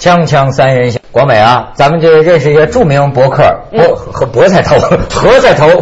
锵锵三人行，国美啊，咱们就认识一个著名博客，博菜头，何菜头，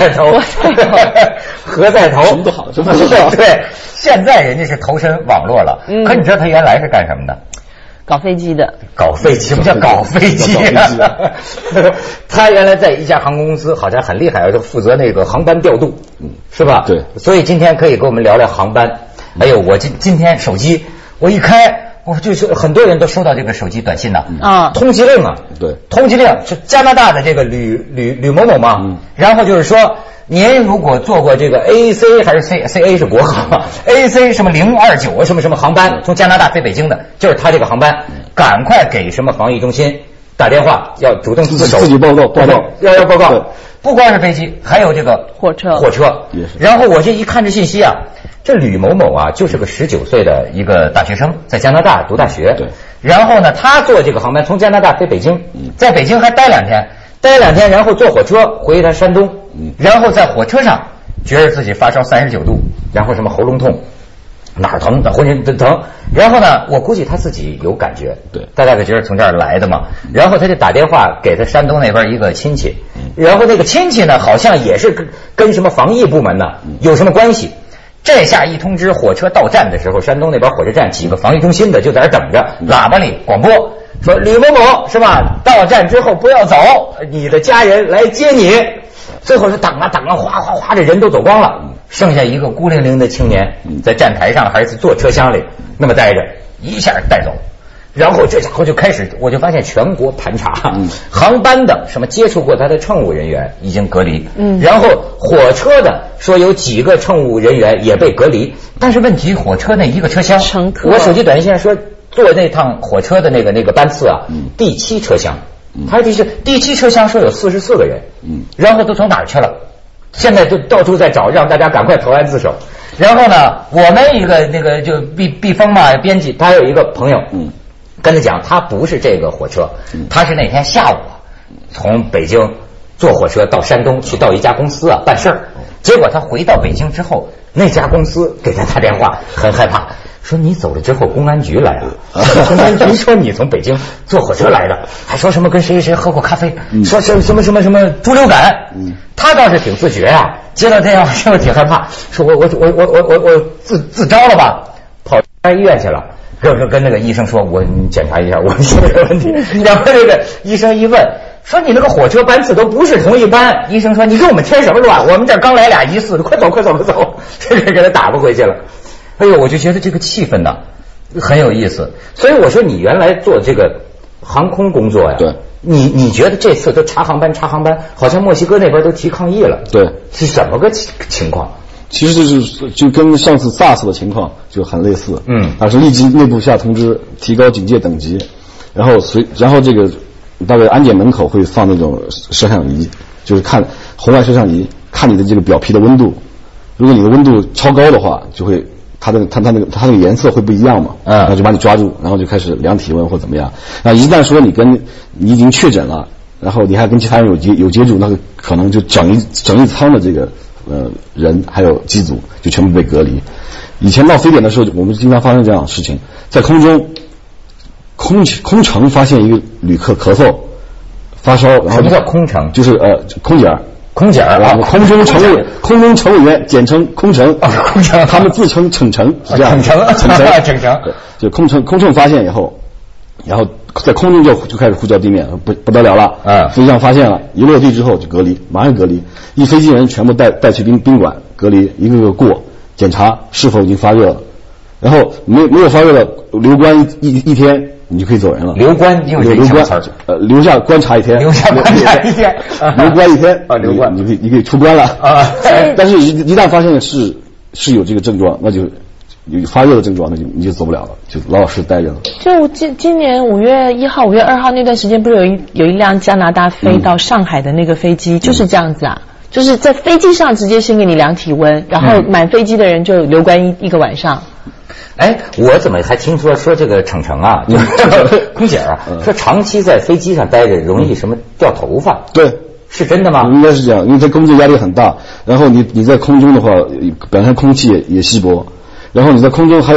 何菜头， 什么都好，什么都好。 对，现在人家是投身网络了，可你知道他原来是干什么的？ 搞飞机的。 搞飞机？什么叫搞飞机啊？他原来在一家航空公司，好像很厉害，就负责那个航班调度，是吧？ 对。 所以今天可以跟我们聊聊航班。哎呦，我今天手机我一开。我就是很多人都收到这个手机短信呢，通缉令啊， 对， 通缉令是加拿大的这个吕某某嘛，然后就是说您如果坐过这个 AAC 还是 CA 是国航啊 ，AAC 什么029什么航班从加拿大飞北京的，就是他这个航班，赶快给什么防疫中心打电话，要主动自首， 自己报告， 要报告，不光是飞机，还有这个火车，然后我这一看这信息啊。这吕某某啊，就是个19岁的一个大学生，在加拿大读大学。 对。 然后呢，他坐这个航班从加拿大飞北京，在北京还待2天，然后坐火车回他山东，然后在火车上觉得自己发烧39度，然后什么喉咙痛，哪儿疼，浑身疼。然后呢，我估计他自己有感觉， 对， 大概觉得从这儿来的嘛。然后他就打电话给他山东那边一个亲戚，然后那个亲戚呢，好像也是跟什么防疫部门呢有什么关系。这下一通知，火车到站的时候，山东那边火车站几个防疫中心的就在那等着，喇叭里广播说吕某某是吧？到站之后不要走，你的家人来接你。最后是等啊，哗，这人都走光了，剩下一个孤零零的青年在站台上还是坐车厢里那么待着，一下带走。然后这家伙就开始，我就发现全国盘查，航班的什么接触过他的乘务人员已经隔离，然后火车的说有几个乘务人员也被隔离，但是问题火车那一个车厢，我手机短信上说坐那趟火车的那个班次啊，第7车厢，他第7车厢说有44个人，然后都从哪儿去了？现在就到处在找，让大家赶快投案自首。然后呢，我们一个那个就毕峰嘛编辑，他有一个朋友，跟他讲，他不是这个火车，他是那天下午从北京坐火车到山东去到一家公司啊办事儿，结果他回到北京之后，那家公司给他打电话，很害怕，说你走了之后公安局来了，公安局说你从北京坐火车来的，还说什么跟谁喝过咖啡，说什么猪流感，他倒是挺自觉啊，接到电话之后挺害怕，说我自招了吧，跑医院去了。跟那个医生说，你检查一下我心里有问题。然后这个医生一问，说你那个火车班次都不是同一班。医生说你给我们添什么乱？我们这刚来俩疑似的，快走！这个给他打不回去了。哎呦，我就觉得这个气氛呢很有意思。所以我说你原来做这个航空工作呀， 对， 你觉得这次都查航班，好像墨西哥那边都提抗议了， 对， 是什么个情况？ 其实就跟上次 SARS 的情况就很类似，是立即内部下通知提高警戒等级，然后这个大概安检门口会放那种摄像仪，就是看红外摄像仪看你的这个表皮的温度，如果你的温度超高的话，就会它那个颜色会不一样嘛，然后就把你抓住，然后就开始量体温或怎么样。那一旦说你已经确诊了，然后你还跟其他人有接触，那个可能就整一舱的这个人还有机组就全部被隔离。以前到非典的时候，我们经常发生这样的事情，在空中空乘发现一个旅客咳嗽发烧，然后什么叫空乘？ 就是空姐啊，空中乘务员简称空乘， 空乘他们自称乘是这样， 乘就空乘发现以后，然后在空中就开始呼叫地面，不得了了，飞机上发现了，一落地之后就隔离，马上隔离，一飞机人全部带去宾馆隔离，一个个过检查是否已经发热了，然后没有发热的留观一天，你就可以走人了。 留观又是什么词儿？ 留下观察一天， 留观一天， 留观你可以出关了啊。但是一旦发现是有这个症状，那就有发热的症状，那你就走不了了，就老实待着了。 就今年5月1号、5月2号那段时间，不是有一辆加拿大飞到上海的那个飞机，就是这样子啊，就是在飞机上直接先给你量体温，然后满飞机的人就留观一个晚上。 哎，我怎么还听说这个程啊，空姐啊，说长期在飞机上待着容易什么掉头发？ 对， 是真的吗？ 应该是这样，因为它工作压力很大，然后你在空中的话，本身空气也稀薄，然后你在空中还有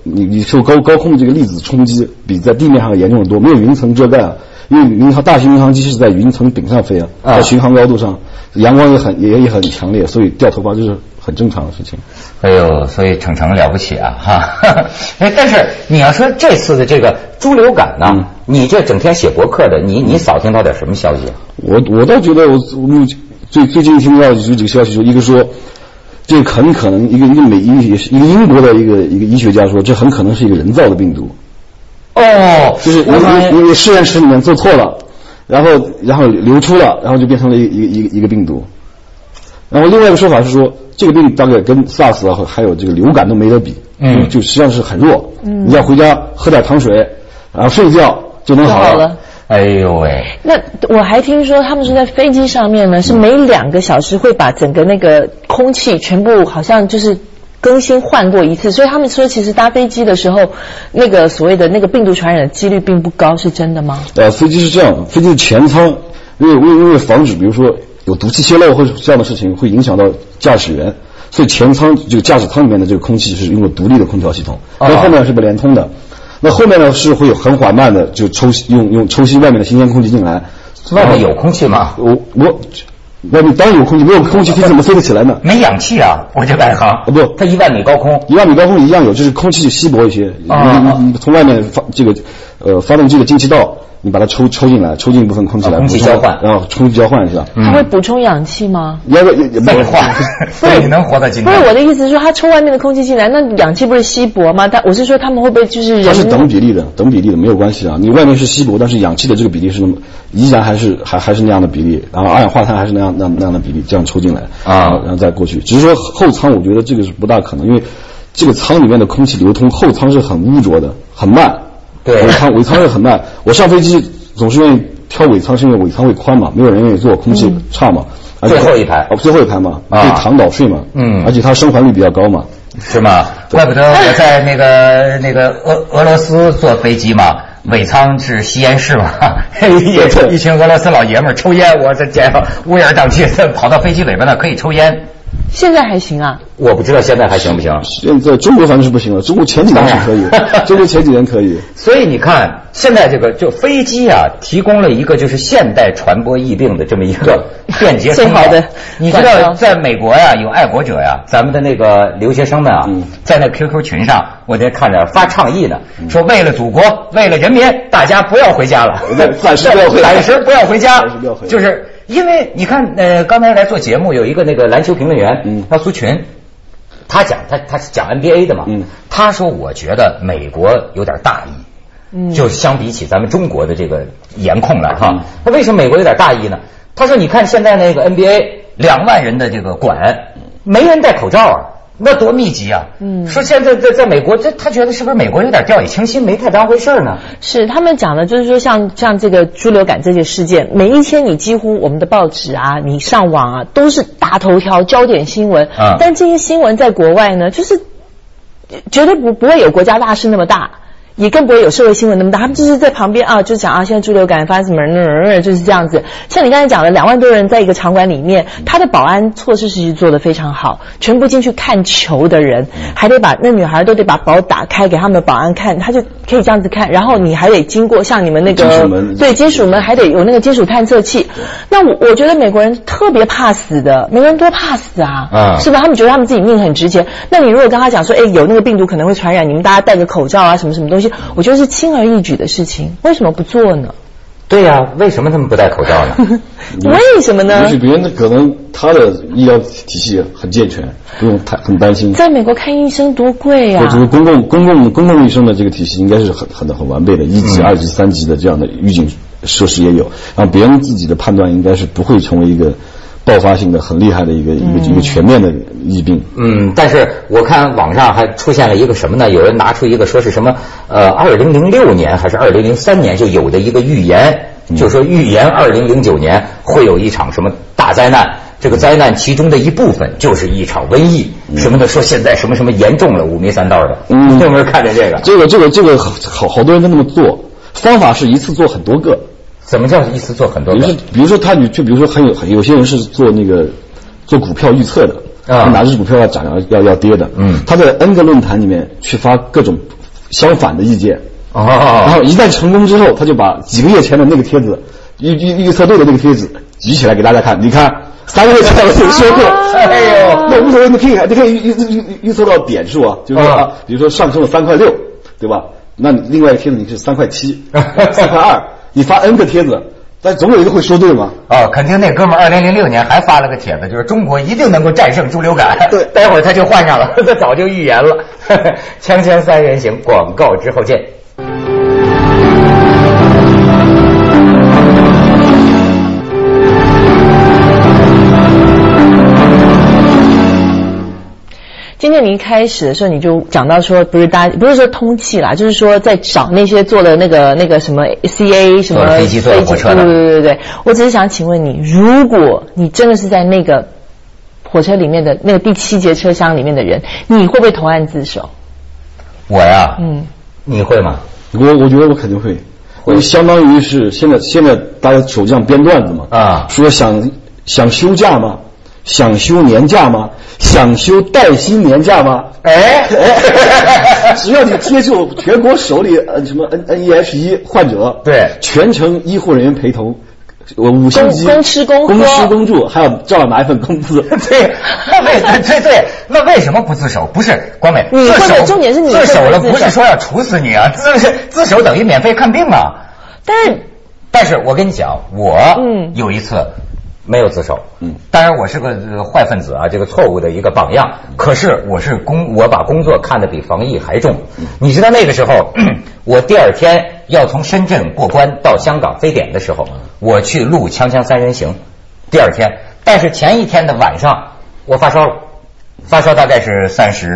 你受高空的这个粒子冲击比在地面上严重的多，没有云层遮盖啊。因为大型民航机是在云层顶上飞啊，在巡航高度上，阳光也很强烈，所以掉头发就是很正常的事情。 哎呦，所以程程了不起啊哈！但是你要说这次的这个猪流感呢，你这整天写博客的，你扫听到点什么消息？ 我倒觉得我最近听到有几个消息，说一个说这很可能一个英国的一个医学家说，这很可能是一个人造的病毒。哦，就是因为实验室里面做错了，然后流出了，然后就变成了一个病毒。然后另外一个说法是说，这个病大概跟 SARS 啊还有这个流感都没得比，就实际上是很弱。你要回家喝点糖水，然后睡觉就能好了。 哎呦喂！ 那我还听说他们说在飞机上面呢，是每2个小时会把整个那个空气全部好像就是更新换过一次，所以他们说其实搭飞机的时候，那个所谓的那个病毒传染的几率并不高，是真的吗？ 飞机是这样，飞机的前舱因为防止比如说有毒气泄漏或者这样的事情会影响到驾驶员，所以前舱这个驾驶舱里面的这个空气是用了独立的空调系统，跟后面是不连通的。那后面呢是会有很缓慢的就用抽吸外面的新鲜空气进来。 外面有空气吗？ 外面当然有空气，没有空气飞怎么飞得起来呢？ 没氧气啊！我这外行不， 它1万米高空 ，1万米高空一样有，就是空气稀薄一些。你从外面发动机的进气道，你把它抽进来，抽进一部分空气来， 空气交换， 然后空气交换一下。 它会补充氧气吗？ 废话，所以你能活到今天。 不是我的意思是说，它抽外面的空气进来，那氧气不是稀薄吗？我是说他们会不会就是人？ 它是等比例的，没有关系啊。你外面是稀薄，但是氧气的这个比例是那么依然还是那样的比例，然后二氧化碳还是那样的比例，这样抽进来然后再过去。只是说后舱，我觉得这个是不大可能，因为这个舱里面的空气流通，后舱是很污浊的，很慢。 对， 尾舱是很慢。我上飞机总是愿意挑尾舱，是因为尾舱会宽嘛，没有人愿意坐，空气差嘛。 最后一排嘛，可以躺倒睡嘛。而且它生还率比较高嘛。 是吗？怪不得我在那个俄罗斯坐飞机嘛，尾舱是吸烟室嘛，一群俄罗斯老爷们儿抽烟，我这家伙乌烟瘴气，跑到飞机尾巴那可以抽烟。 现在还行啊？ 我不知道现在还行不行。 现在中国反正是不行了，中国前几年是可以，中国前几年可以。 所以你看，现在这个就飞机啊，提供了一个就是现代传播疫病的这么一个便捷最好的。 你知道，在美国呀，有爱国者呀，咱们的那个留学生们啊，在那 QQ 群上，我在看着发倡议呢，说为了祖国，为了人民，大家不要回家了， 暂时不要回家，就是。因为你看，刚才来做节目有一个那个篮球评论员，叫苏群，他是讲 NBA 的嘛，他说我觉得美国有点大意，就相比起咱们中国的这个严控了哈。那为什么美国有点大意呢？他说你看现在那个 NBA 2万人的这个馆，没人戴口罩啊。那多密集啊！说现在在美国，他觉得是不是美国有点掉以轻心，没太当回事呢？ 是他们讲的，就是说像这个猪流感这些事件，每一天你几乎我们的报纸啊，你上网啊，都是大头条、焦点新闻。但这些新闻在国外呢，就是绝对不会有国家大事那么大。也更不会有社会新闻那么大，他们就是在旁边就讲现在猪流感发生什么，就是这样子。像你刚才讲的，2万多人在一个场馆里面，他的保安措施其实做得非常好，全部进去看球的人，还得把那女孩都得把保打开给他们的保安看，他就可以这样子看，然后你还得经过像你们那个金属门还得有那个金属探测器。那我觉得美国人特别怕死的，美国人多怕死啊，是吧？他们觉得他们自己命很值钱。那你如果跟他讲说，有那个病毒可能会传染，你们大家戴个口罩啊，什么什么东西。我觉得是轻而易举的事情，为什么不做呢？ 对呀，为什么他们不戴口罩呢？ 为什么呢？ 也许别人可能他的医疗体系很健全，不用很担心。 在美国看医生多贵啊！ 这个公共医生的这个体系应该是很完备的，1级、2级、3级的这样的预警设施也有，然后别人自己的判断应该是不会成为一个爆发性的很厉害的一个全面的疫病。 但是我看网上还出现了一个什么呢？有人拿出一个说是什么2006年还是2003年就有的一个预言，就说预言2009年会有一场什么大灾难，这个灾难其中的一部分就是一场瘟疫什么的，说现在什么什么严重了，五迷三道的。你有没有看见这个？ 这个好多人都那么做，方法是一次做很多个。 怎么叫一次做很多个？ 比如说比如说有些人是做股票预测的， 哪只股票要涨要跌的。他在 N 个论坛里面去发各种相反的意见。然后一旦成功之后，他就把几个月前的那个帖子预测对的那个帖子举起来给大家看，你看3个月前我就说过，哎呦，那无所谓，你可以预测到点数啊，就是说比如说上升了3.6块，对吧？那另外一个帖子你是3.7块、4.2块，你发 N 个帖子，但总有一个会说对吗？ 肯定那哥们2006年还发了个帖子，就是中国一定能够战胜猪流感。 对， 待会儿他就换上了，他早就预言了。锵锵三人行，广告之后见。 今天您开始的时候你就讲到说，不是说通气啦，就是说在找那些做的那个什么 CA 什么飞机坐火车的。 对，我只是想请问你，如果你真的是在那个火车里面的那个第7节车厢里面的人，你会不会投案自首？ 我呀，你会吗？ 我觉得我肯定会，我相当于是现在大家手这样编段子嘛，说想休假吗？想休年假吗？想休带薪年假吗？只要你接受全国首例什么 NEH1 患者，对，全程医护人员陪同，5星级公吃公住，还要照样拿一份工资。 对，那为什么不自首？不是光美， 你会重点是你自首了，不是说要处死你啊，自首等于免费看病啊。但是我跟你讲，我有一次没有自首，当然我是个坏分子啊，这个错误的一个榜样。可是我把工作看得比防疫还重。你知道那个时候，我第2天要从深圳过关到香港非典的时候，我去录锵锵三人行，第2天，但是前一天的晚上我发烧了，发烧大概是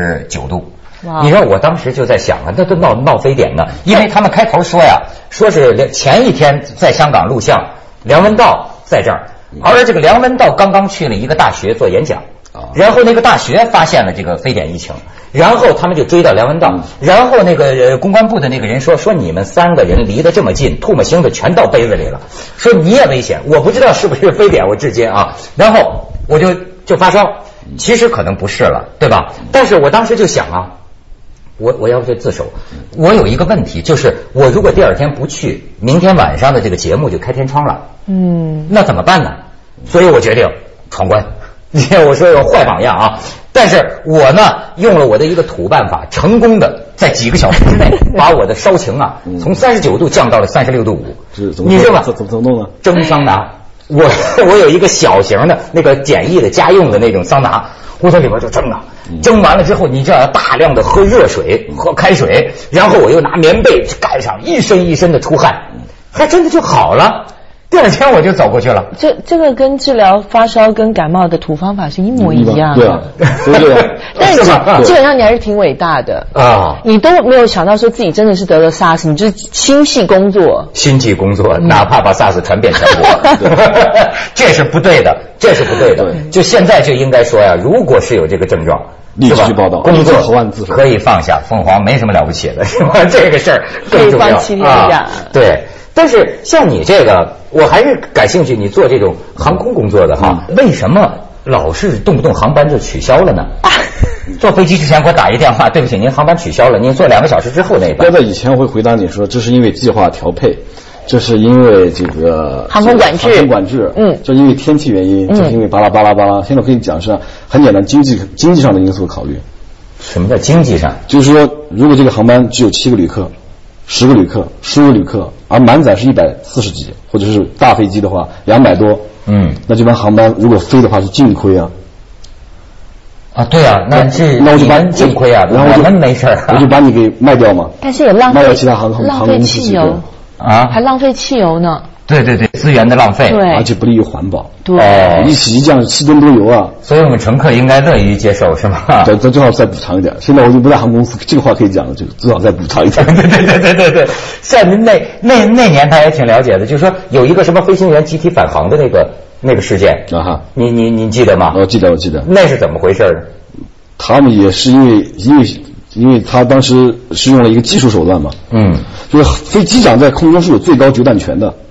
39度。你知道我当时就在想啊，那都闹非典呢，因为他们开头说是前一天在香港录像，梁文道在这儿。而这个梁文道刚刚去了一个大学做演讲，然后那个大学发现了这个非典疫情，然后他们就追到梁文道，然后那个公关部的那个人说你们3个人离得这么近，唾沫星子全到杯子里了，说你也危险，我不知道是不是非典，我至今然后我就发烧，其实可能不是了，对吧？但是我当时就想我要不就自首。我有一个问题，就是我如果第2天不去，明天晚上的这个节目就开天窗了，那怎么办呢？所以我决定闯关。我说有坏榜样啊，但是我呢用了我的一个土办法，成功的在几个小时之内把我的烧情从39度降到了36度5。你知道吗？ 怎么弄呢？ 蒸桑拿。我有一个小型的那个简易的家用的那种桑拿，我在里边就蒸蒸完了之后，你就要大量的喝热水、喝开水，然后我又拿棉被盖上，一身一身的出汗，还真的就好了。第2天我就走过去了。 这个跟治疗发烧跟感冒的土方法是一模一样的。 对啊， 但是基本上你还是挺伟大的啊！你都没有想到说自己真的是得了 SARS， 你就是心系工作，哪怕把 SARS 传遍全国，这是不对的，就现在就应该说如果是有这个症状， 立即去报道， 工作可以放下，凤凰没什么了不起的，是吧？这个事儿更重要，可以放弃天下。对。但是像你这个，我还是感兴趣，你做这种航空工作的为什么老是动不动航班就取消了呢？坐飞机之前给我打一电话，对不起，您航班取消了，您坐2个小时之后那班。 要在以前我会回答你说，这是因为计划调配，这是因为这个航空管制， 这是因为天气原因，这是因为巴拉巴拉巴拉。现在我跟你讲是很简单，经济上的因素考虑。 什么叫经济上？ 就是说，如果这个航班只有7个旅客、10个旅客、15个旅客，而满载是140几，或者是大飞机的话200多，那这班航班如果飞的话是净亏啊。 对啊，那我就把你净亏啊，然后我们没事我就把你给卖掉嘛。 但是也浪费， 卖掉其他航空汽油还浪费汽油呢。 对，资源的浪费， 对， 而且不利于环保。 对， 一起这样7吨多油啊！ 所以我们乘客应该乐于接受，是吗？ 对，最好再补偿一点。现在我已经不在航空公司，这个话可以讲了，就最好再补偿一点。 对。像您那年他也挺了解的，就是说有一个什么飞行员集体返航的那个事件你记得吗？ 我记得。 那是怎么回事？ 他们也是因为他当时是用了一个技术手段嘛，就是飞机长在空中是有最高决断权的。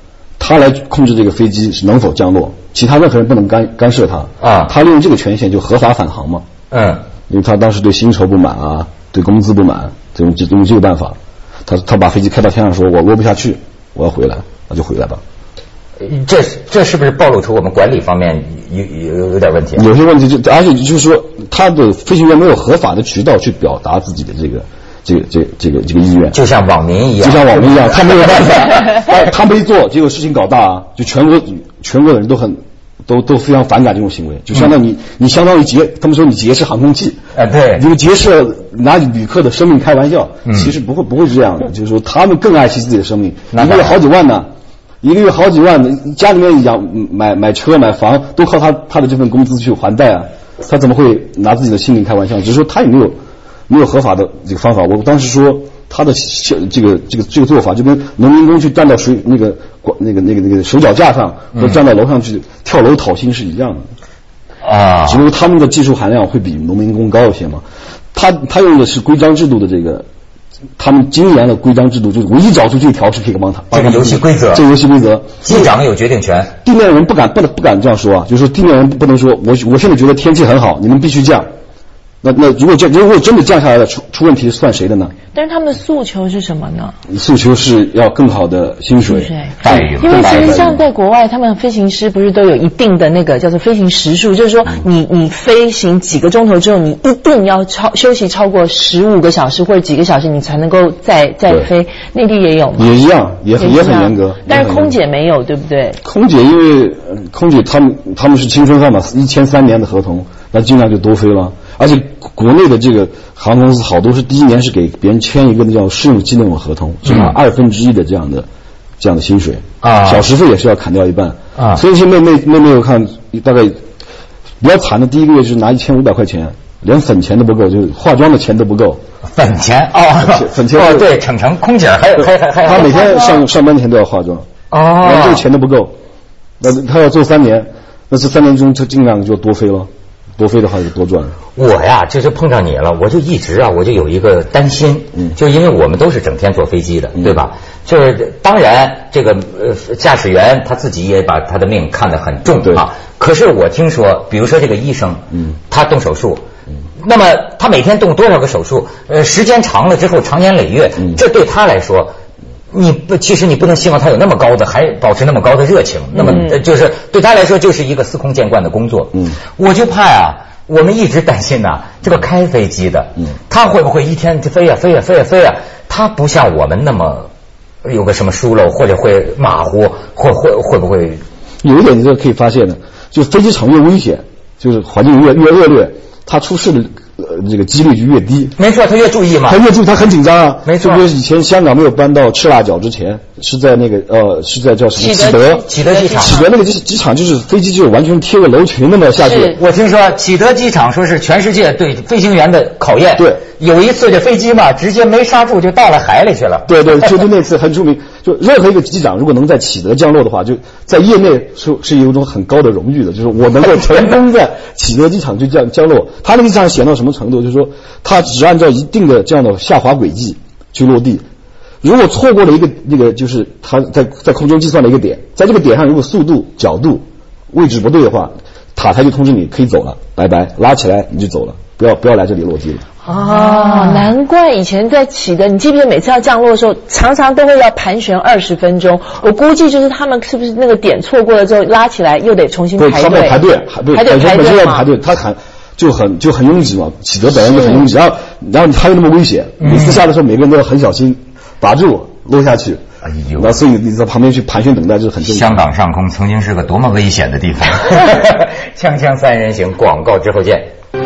他来控制这个飞机是能否降落，其他任何人不能干涉他啊。他利用这个权限就合法返航嘛。因为他当时对薪酬不满啊，对工资不满，用这个办法，他把飞机开到天上说，我落不下去，我要回来，那就回来吧。 这是不是暴露出我们管理方面有点问题？ 有些问题而且就是说，他的飞行员没有合法的渠道去表达自己的这个意愿， 就像网民一样， 他没有办法，他没做，结果事情搞大啊，就全国的人都非常反感这种行为，就相当于你相当于他们说你劫持航空器， 对， 因为劫持拿旅客的生命开玩笑，其实不会这样的，就是说他们更爱惜自己的生命，一个月好几万呢。一个月好几万，家里面买车买房都靠他的这份工资去还贷啊，他怎么会拿自己的性命开玩笑？只是说他也没有合法的这个方法。我当时说他的这个做法就跟农民工去站到那个手脚架上，或站到楼上去跳楼讨薪是一样的啊。只不过他们的技术含量会比农民工高一些嘛。他用的是规章制度的这个。他们精研了规章制度，就是唯一找出这一条是可以帮他这个游戏规则，机长有决定权， 地面人不敢这样说啊，就是说地面人不能说我现在觉得天气很好，你们必须降。那如果真的降下来了，出问题算谁的呢？ 但是他们的诉求是什么呢？ 诉求是要更好的薪水待遇。 因为其实像在国外，他们飞行师不是都有一定的那个叫做飞行时数，就是说你飞行几个钟头之后，你一定要休息超过15个小时或者几个小时，你才能够再飞。内地也有吗？ 也一样，也很严格。 但是空姐没有，对不对？ 空姐因为空姐他们是青春饭嘛，1300年的合同，那尽量就多飞了。而且国内的这个航空公司好多是第一年是给别人签一个叫试用期那种合同，是拿1/2的这样的薪水啊，小时费也是要砍掉一半啊。所以说妹妹我看大概比较惨的第一个月就是拿1500块钱，连粉钱都不够，就是化妆的钱都不够。 粉钱粉钱对，程空姐还他每天上班前都要化妆连这个钱都不够。那他要做3年，那这3年中他尽量就多飞了。多飞的话就多赚。 我呀，这就碰上你了，我就一直我就有一个担心，就因为我们都是整天坐飞机的，对吧？就是当然这个驾驶员他自己也把他的命看得很重啊。可是我听说，比如说这个医生，他动手术，那么他每天动多少个手术？时间长了之后，长年累月，这对他来说。其实你不能希望他有那么高的，还保持那么高的热情，那么就是对他来说就是一个司空见惯的工作。我就怕我们一直担心这个开飞机的，他会不会一天就飞呀，他不像我们那么有个什么疏漏，或者会马虎，会不会？ 有一点你这可以发现的，就是飞机场越危险，就是环境越恶劣，他出事的。这个几率就越低。 没错，他越注意嘛。 他越注意，他很紧张啊。 没错。 就以前香港没有搬到赤腊角之前，是在那个是在叫什么启德机场。 启德那个机场就是飞机就完全贴着楼群那么下去。 我听说启德机场说是全世界对飞行员的考验。 对。有一次这飞机嘛，直接没刹住就到了海里去了。 对，就那次很出名。就任何一个机长如果能在启德降落的话，就在业内是有一种很高的荣誉的，就是我能够成功在启德机场就降落。他那个机场险到什么程度？就是说他只按照一定的这样的下滑轨迹去落地，如果错过了一个那个就是他在空中计算的一个点，在这个点上如果速度角度位置不对的话，塔台就通知你可以走了，拜拜，拉起来你就走了，不要来这里落地了。 难怪以前在启德，你记不记得每次要降落的时候，常常都会要盘旋20分钟。我估计就是他们是不是那个点错过了之后拉起来又得重新排队？ 他们排队， 还得排队，他就很拥挤嘛。启德本来就很拥挤，然后他又那么危险，每次下的时候每个人都要很小心，把住落下去。 哎呦， 那所以你在旁边去盘旋等待，这是很正常。 香港上空曾经是个多么危险的地方。锵锵三人行，广告之后见。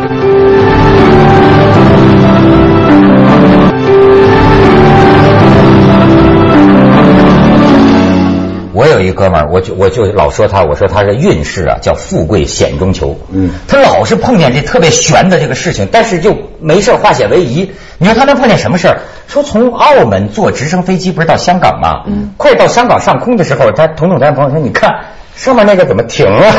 我有一哥们儿，我就老说他，我说他是运势叫富贵险中求。他老是碰见这特别悬的这个事情，但是就没事化险为夷。你说他能碰见什么事儿？说从澳门坐直升飞机不是到香港吗？快到香港上空的时候，他同咱朋友说，你看上面那个怎么停了？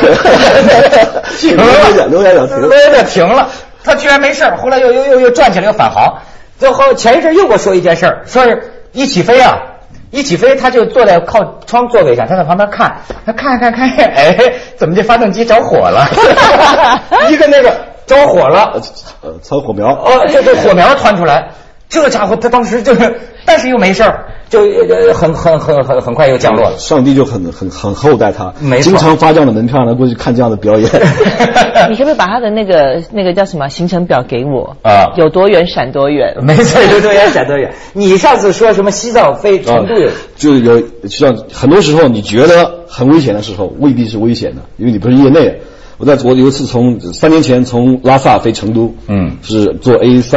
停了，他居然没事，后来又转起来又返航。最后前一阵又给我说一件事儿，说是一起飞一起飞，他就坐在靠窗座位上，他在旁边看，他看，哎，怎么这发动机着火了？一个那个着火了， 窜火苗。 这火苗窜出来，这家伙他当时就是，但是又没事儿，就很快又降落了。 上帝就很厚待他，经常发这样的门票呢，过去看这样的表演。 你可不可以把他的那个叫什么行程表给我啊？有多远闪多远？ 没错，有多远闪多远。你上次说什么西藏飞成都就有像很多时候你觉得很危险的时候，未必是危险的，因为你不是业内。我有一次从3年前从拉萨飞成都，是坐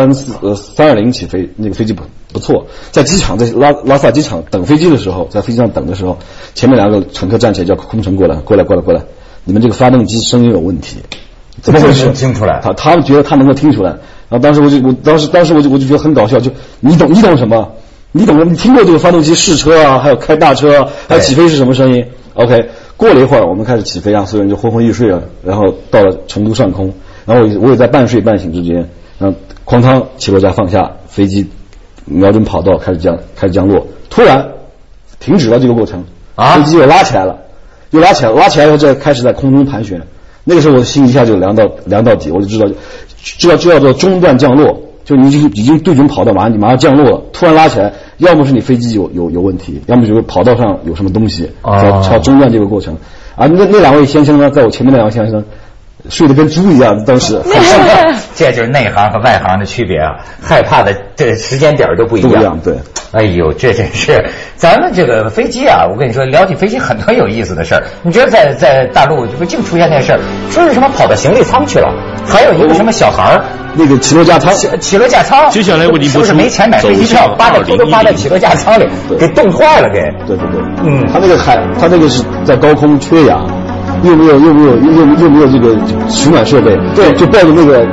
A320起飞，那个飞机不错。在机场，在拉萨机场等飞机的时候，在飞机上等的时候，前面2个乘客站起来叫空乘过来，你们这个发动机声音有问题，怎么回事？ 听出来， 他们觉得他能够听出来。然后当时我就觉得很搞笑，就你懂什么？你听过这个发动机试车啊，还有开大车啊，还有起飞是什么声音 ？OK。过了一会儿，我们开始起飞，让所有人就昏昏欲睡了。然后到了成都上空，然后我也在半睡半醒之间，然后哐当起落架放下，飞机瞄准跑道开始降落，突然停止了这个过程，飞机又拉起来了，拉起来以后再开始在空中盘旋。那个时候我的心一下就凉到底，我就知道就叫做中断降落，就你已经对准跑道，马上降落了，突然拉起来。要么是你飞机有问题，要么就是跑道上有什么东西，才中断这个过程。那2位先生呢，在我前面那2位先生睡得跟猪一样，当时这就是内行和外行的区别啊，害怕的这时间点都不一样。 对， 哎呦，这真是咱们这个飞机啊！我跟你说，聊起飞机很多有意思的事儿。你觉得在大陆就净出现那事儿，说是什么跑到行李舱去了，还有一个什么小孩儿。 那个起落架舱， 接下来为您播出， 是不是没钱买飞机票，偷偷扒在起落架舱里，给冻坏了，给。 对，他那个是在高空缺氧，又没有这个取暖设备，对，就抱着那个